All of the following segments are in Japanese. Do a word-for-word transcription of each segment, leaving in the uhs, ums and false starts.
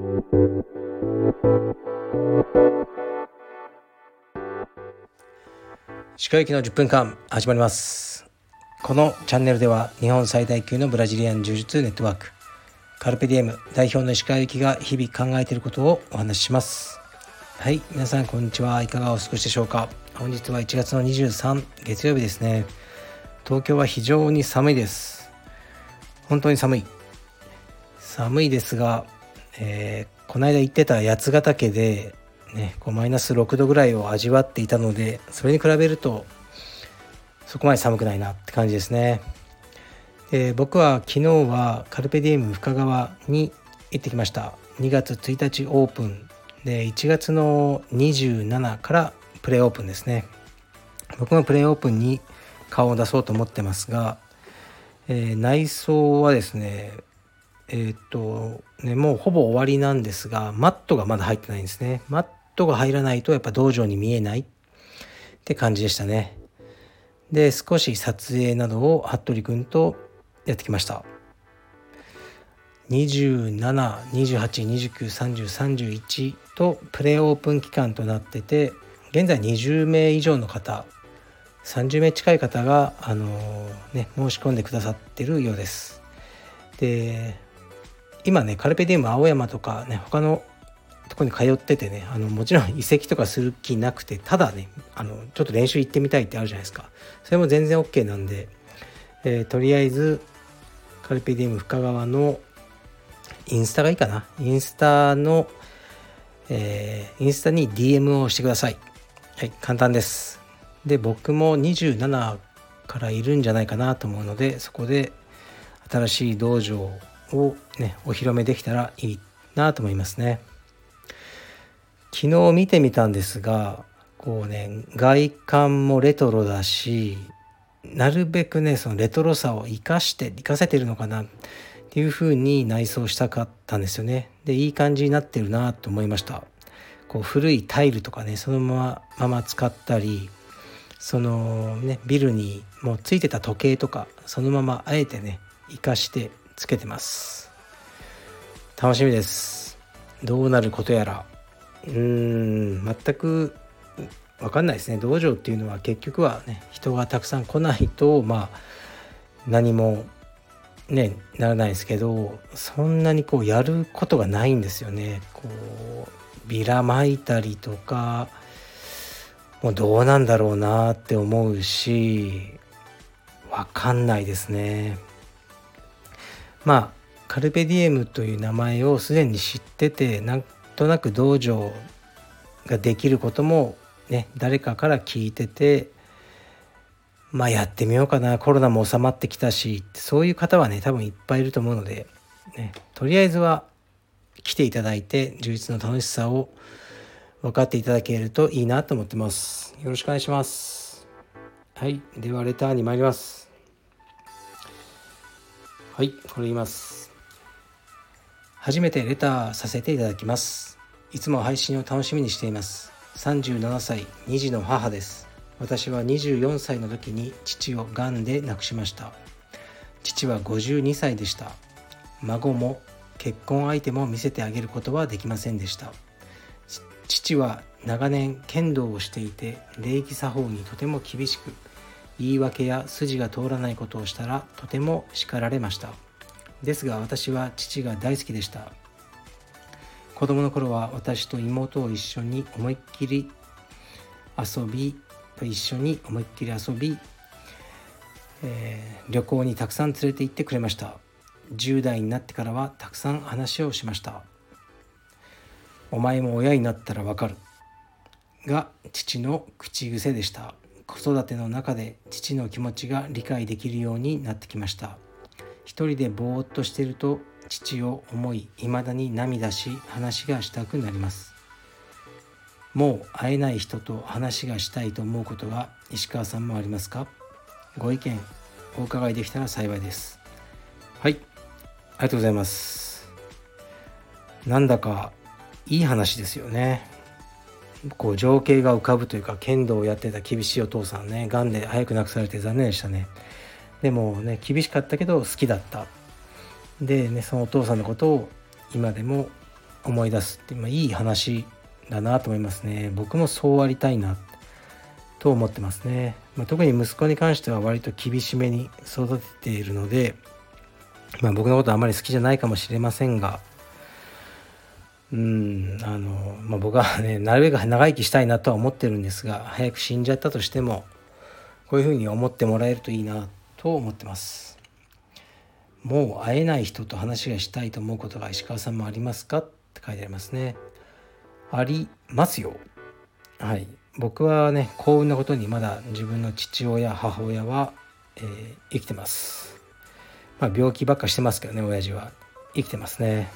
歯科行きのじゅっぷんかん始まります。このチャンネルでは日本最大級のブラジリアン柔術ネットワークカルペディエム代表の石川行きが日々考えていることをお話しします。はい、皆さんこんにちは。いかがお過ごしでしょうか。本日はいちがつのにじゅうさん月曜日ですね。東京は非常に寒いです。本当に寒い寒いですが、えー、この間行ってた八ヶ岳でね、こうマイナスろくどぐらいを味わっていたので、それに比べるとそこまで寒くないなって感じですね。で、僕は昨日はカルペディエム深川に行ってきました。にがつついたちオープンで、いちがつのにじゅうしちからプレオープンですね。僕もプレオープンに顔を出そうと思ってますが、えー、内装はですねえー、っとねもうほぼ終わりなんですが、マットがまだ入ってないんですね。マットが入らないとやっぱ道場に見えないって感じでしたね。で、少し撮影などを服部くんとやってきました。にじゅうしち、にじゅうはち、にじゅうきゅう、さんじゅう、さんじゅういちとプレオープン期間となってて、現在にじゅうめい以上の方、さんじゅうめい近い方が、あのーね、申し込んでくださってるようです。で、今ねカルペディウム青山とかね他のとこに通っててね、あのもちろん移籍とかする気なくて、ただねあのちょっと練習行ってみたいってあるじゃないですか。それも全然 OK なんで、えー、とりあえずカルペディウム深川のインスタがいいかな。インスタの、えー、インスタに ディーエム をしてください。はい、簡単です。で、僕もにじゅうななからいるんじゃないかなと思うので、そこで新しい道場をねお披露目できたらいいなと思いますね。昨日見てみたんですが、こうね外観もレトロだし、なるべくねそのレトロさを生かして生かせてるのかなっていう風に内装したかったんですよね。で、いい感じになってるなと思いました。こう古いタイルとかねそのまままま使ったり、そのねビルにもうついてた時計とかそのままあえてね生かしてつけてます。楽しみです。どうなることやら。うーん全く分かんないですね。道場っていうのは結局はね人がたくさん来ないとまあ何もねならないですけど、そんなにこうやることがないんですよね。こうビラ撒いたりとかもうどうなんだろうなって思うし、分かんないですね。まあカルペディエムという名前をすでに知ってて、なんとなく道場ができることもね誰かから聞いてて、まあやってみようかな、コロナも収まってきたし、そういう方はね多分いっぱいいると思うので、ね、とりあえずは来ていただいて充実の楽しさを分かっていただけるといいなと思ってます。よろしくお願いします。はい、ではレターに参ります。はい、これ言います。初めてレターさせていただきます。いつも配信を楽しみにしています。さんじゅうななさい、に児の母です。私はにじゅうよんさいの時に父をがんで亡くしました。父はごじゅうにさいでした。孫も結婚相手も見せてあげることはできませんでした。父は長年剣道をしていて、礼儀作法にとても厳しく、言い訳や筋が通らないことをしたらとても叱られました。ですが私は父が大好きでした。子供の頃は私と妹を一緒に思いっきり遊び一緒に思いっきり遊び、えー、旅行にたくさん連れて行ってくれました。じゅう代になってからはたくさん話をしました。お前も親になったらわかるが父の口癖でした。子育ての中で父の気持ちが理解できるようになってきました。一人でぼーっとしていると父を思い、未だに涙し話がしたくなります。もう会えない人と話がしたいと思うことは石川さんもありますか？ご意見お伺いできたら幸いです。はい、ありがとうございます。なんだかいい話ですよね。こう情景が浮かぶというか、剣道をやってた厳しいお父さんね、がんで早く亡くされて残念でしたね。でもね厳しかったけど好きだった。でね、そのお父さんのことを今でも思い出すって、まあ、いい話だなと思いますね。僕もそうありたいなと思ってますね。まあ、特に息子に関しては割と厳しめに育てているので、まあ、僕のことはあまり好きじゃないかもしれませんが、うんあの、まあ、僕はねなるべく長生きしたいなとは思ってるんですが、早く死んじゃったとしてもこういうふうに思ってもらえるといいなと思ってます。もう会えない人と話がしたいと思うことが石川さんもありますかって書いてありますね。ありますよ。はい、僕はね幸運なことにまだ自分の父親母親は、えー生きてます。まあ病気ばっかしてますけどね、親父は生きてますね。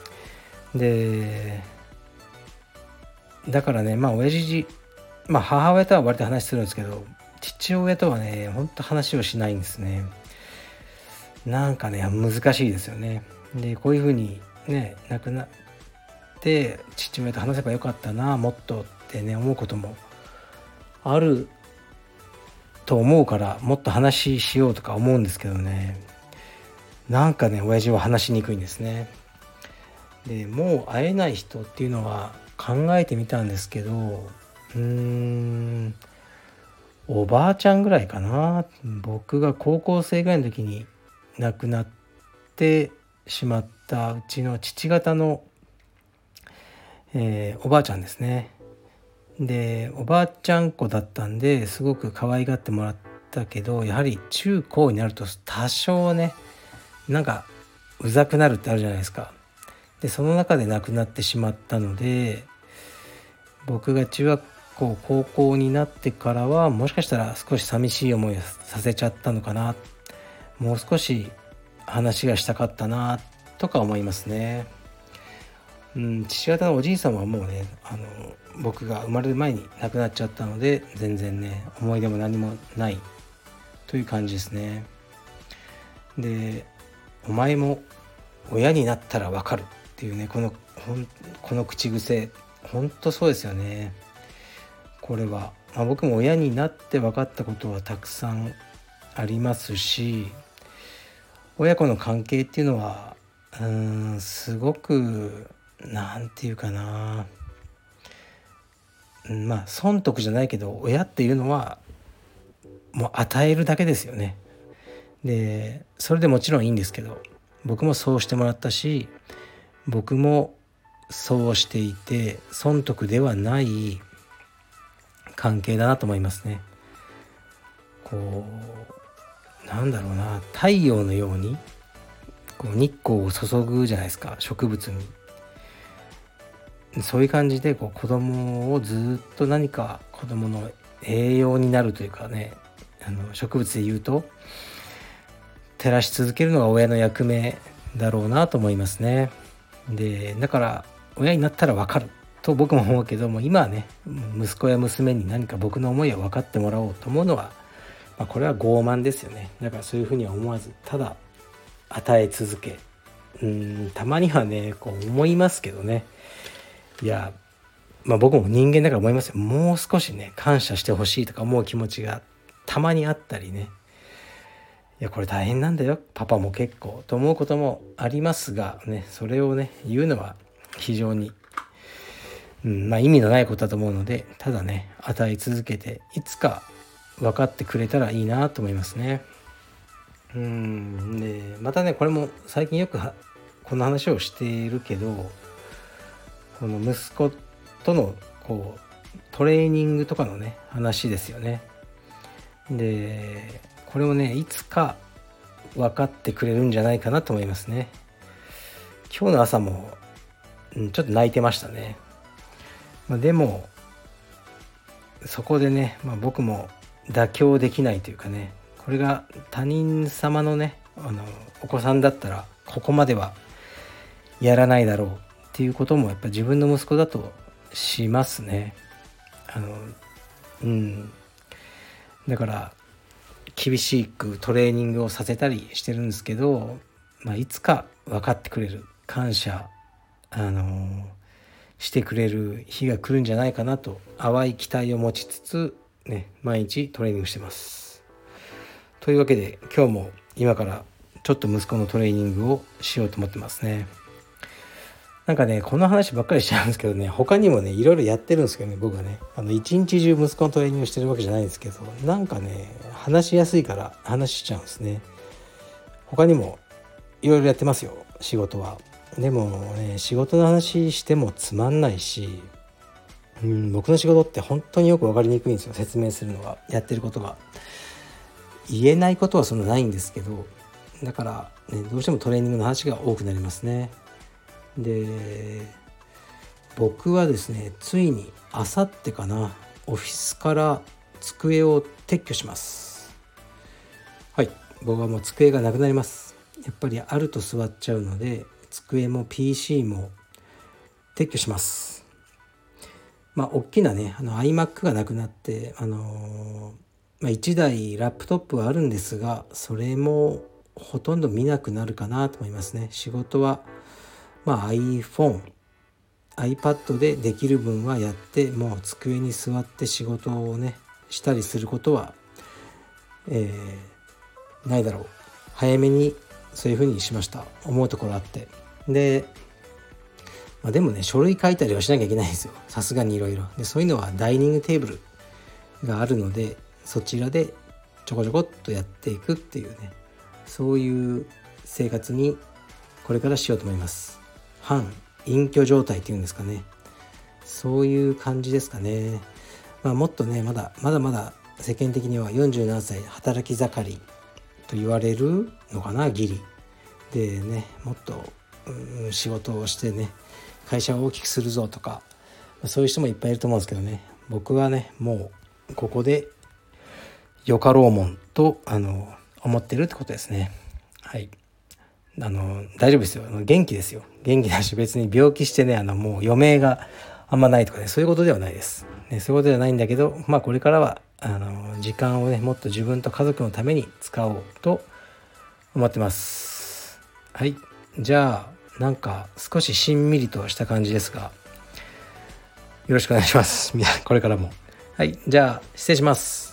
でだからね、まあ親父、まあ母親とは割と話するんですけど、父親とはねほんと話をしないんですね。なんかね難しいですよね。でこういうふうにね亡くなって父親と話せばよかったなもっとってね思うこともあると思うから、もっと話しようとか思うんですけどね、なんかね親父は話しにくいんですね。でもう会えない人っていうのは考えてみたんですけど、うーんおばあちゃんぐらいかな。僕が高校生ぐらいの時に亡くなってしまったうちの父方の、えーおばあちゃんですね。でおばあちゃん子だったんですごく可愛がってもらったけど、やはり中高になると多少ねなんかうざくなるってあるじゃないですか。でその中で亡くなってしまったので、僕が中学校高校になってからはもしかしたら少し寂しい思いをさせちゃったのかな、もう少し話がしたかったなとか思いますね。うん、父方のおじいさんはもうねあの僕が生まれる前に亡くなっちゃったので、全然ね思い出も何もないという感じですね。でお前も親になったらわかるっていうね、このほんこの口癖ほんとそうですよね。これは、まあ、僕も親になって分かったことはたくさんありますし、親子の関係っていうのはうーんすごくなんていうかな、うんまあ損得じゃないけど親っていうのはもう与えるだけですよね。でそれでもちろんいいんですけど、僕もそうしてもらったし、僕もそうしていて損得ではない関係だなと思いますね。こうなんだろうな、太陽のようにこう日光を注ぐじゃないですか、植物に。そういう感じでこう子供をずっと何か子供の栄養になるというかね、あの植物で言うと照らし続けるのが親の役目だろうなと思いますね。でだから親になったら分かると僕も思うけども、今はね息子や娘に何か僕の思いを分かってもらおうと思うのは、まあ、これは傲慢ですよね。だからそういうふうには思わず、ただ与え続け、うーんたまにはねこう思いますけどね、いやまあ僕も人間だから思いますよ。もう少しね感謝してほしいとか思う気持ちがたまにあったりね、いやこれ大変なんだよパパも結構と思うこともありますがね、それをね言うのは非常に、うん、まあ意味のないことだと思うので、ただね与え続けていつか分かってくれたらいいなと思いますね。うんでまたねこれも最近よくはこの話をしているけど、この息子とのこうトレーニングとかのね話ですよね。でこれをねいつか分かってくれるんじゃないかなと思いますね。今日の朝も、うん、ちょっと泣いてましたね。まあ、でもそこでね、まあ、僕も妥協できないというかね、これが他人様のねあのお子さんだったらここまではやらないだろうっていうこともやっぱ自分の息子だとしますね。あのうんだから厳しくトレーニングをさせたりしてるんですけど、まあ、いつか分かってくれる、感謝あのしてくれる日が来るんじゃないかなと淡い期待を持ちつつ、ね、毎日トレーニングしてます。というわけで今日も今からちょっと息子のトレーニングをしようと思ってますね。 なんかねこの話ばっかりしちゃうんですけどね、他にもねいろいろやってるんですけどね、僕はねあの一日中息子のトレーニングしてるわけじゃないんですけど、なんかね話しやすいから話しちゃうんですね。他にもいろいろやってますよ仕事は。でもね仕事の話してもつまんないし、うん、僕の仕事って本当によく分かりにくいんですよ、説明するのが。やってることが言えないことはそんなないんですけど、だから、ね、どうしてもトレーニングの話が多くなりますね。で僕はですねついにあさってかな、オフィスから机を撤去します。はい、僕はもう机がなくなります。やっぱりあると座っちゃうので、机も ピーシー も撤去します。まあ大きなねあの iMac がなくなって、あのーまあ、いちだいラップトップはあるんですが、それもほとんど見なくなるかなと思いますね。仕事は、まあ、iPhone、iPad でできる分はやって、もう机に座って仕事をねしたりすることは、えー、ないだろう。早めにそういうふうにしました。思うところあって。で、まあ、でもね書類書いたりはしなきゃいけないんですよ、さすがにいろいろ。でそういうのはダイニングテーブルがあるので、そちらでちょこちょこっとやっていくっていうね、そういう生活にこれからしようと思います。半隠居状態っていうんですかね、そういう感じですかね。まあもっとねまだまだまだ世間的にはよんじゅうななさい働き盛りと言われるのかな、ギリでね、もっと、うん、仕事をしてね会社を大きくするぞとか、そういう人もいっぱいいると思うんですけどね、僕はねもうここでよかろうもんとあの思ってるってことですね。はい、あの大丈夫ですよ、元気ですよ、元気だし、別に病気してねあのもう余命があんまないとかね、そういうことではないです、ね、そういうことではないんだけど、まあこれからはあの時間をねもっと自分と家族のために使おうと思ってます。はい、じゃあなんか少ししんみりとした感じですが、よろしくお願いしますこれからも。はい、じゃあ失礼します。